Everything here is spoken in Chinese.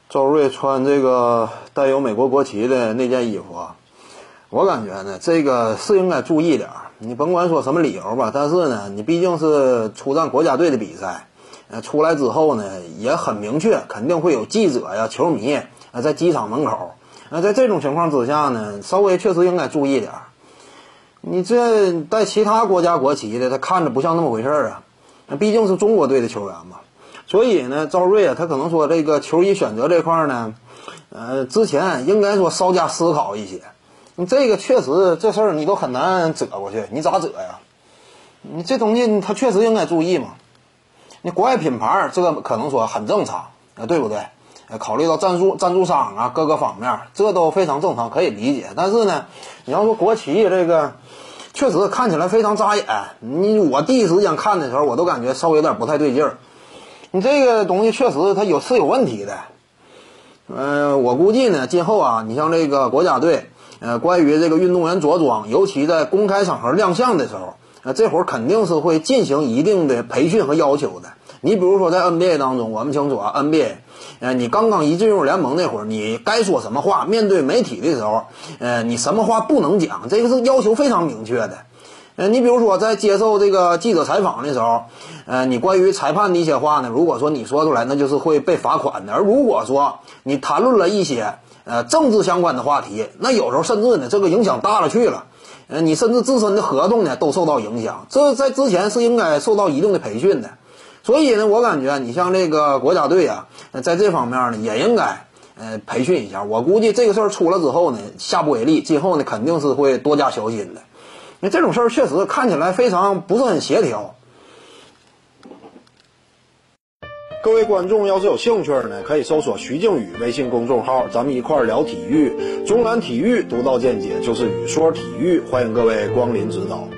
赵睿穿这个带有美国国旗的那件衣服啊，我感觉呢，这个是应该注意点儿。你甭管说什么理由吧，但是呢，你毕竟是出战国家队的比赛，出来之后呢，也很明确，肯定会有记者呀、球迷在机场门口。在这种情况之下呢，稍微确实应该注意点儿。你这带其他国家国旗的，他看着不像那么回事儿啊。毕竟是中国队的球员嘛。所以呢，赵睿啊，他可能说这个球衣选择这块呢，之前应该说稍加思考一些。你这个确实这事儿你都很难遮过去，你咋遮呀？你这东西他确实应该注意嘛。你国外品牌这个可能说很正常对不对？考虑到赞助商啊各个方面，这都非常正常，可以理解。但是呢，你要说国旗这个，确实看起来非常扎眼。我第一时间看的时候，我都感觉稍微有点不太对劲儿。你这个东西确实它有问题的。我估计呢，今后啊，你像这个国家队，关于这个运动员着装，尤其在公开场合亮相的时候，这会儿肯定是会进行一定的培训和要求的。你比如说在 NBA 当中，我们清楚啊 ，NBA，你刚刚一进入联盟那会儿，你该说什么话，面对媒体的时候，你什么话不能讲，这个是要求非常明确的。你比如说在接受这个记者采访的时候，你关于裁判的一些话呢，如果说你说出来，那就是会被罚款的。而如果说你谈论了一些政治相关的话题，那有时候甚至呢这个影响大了去了，你甚至自身的合同呢都受到影响。这在之前是应该受到一定的培训的。所以呢，我感觉你像这个国家队啊，在这方面呢也应该培训一下。我估计这个事儿出了之后呢，下不为例，今后呢肯定是会多加小心的。因为这种事儿确实看起来非常不是很协调。各位观众要是有兴趣呢，可以搜索徐静宇微信公众号，咱们一块儿聊体育。中南体育独到见解就是语说体育，欢迎各位光临指导。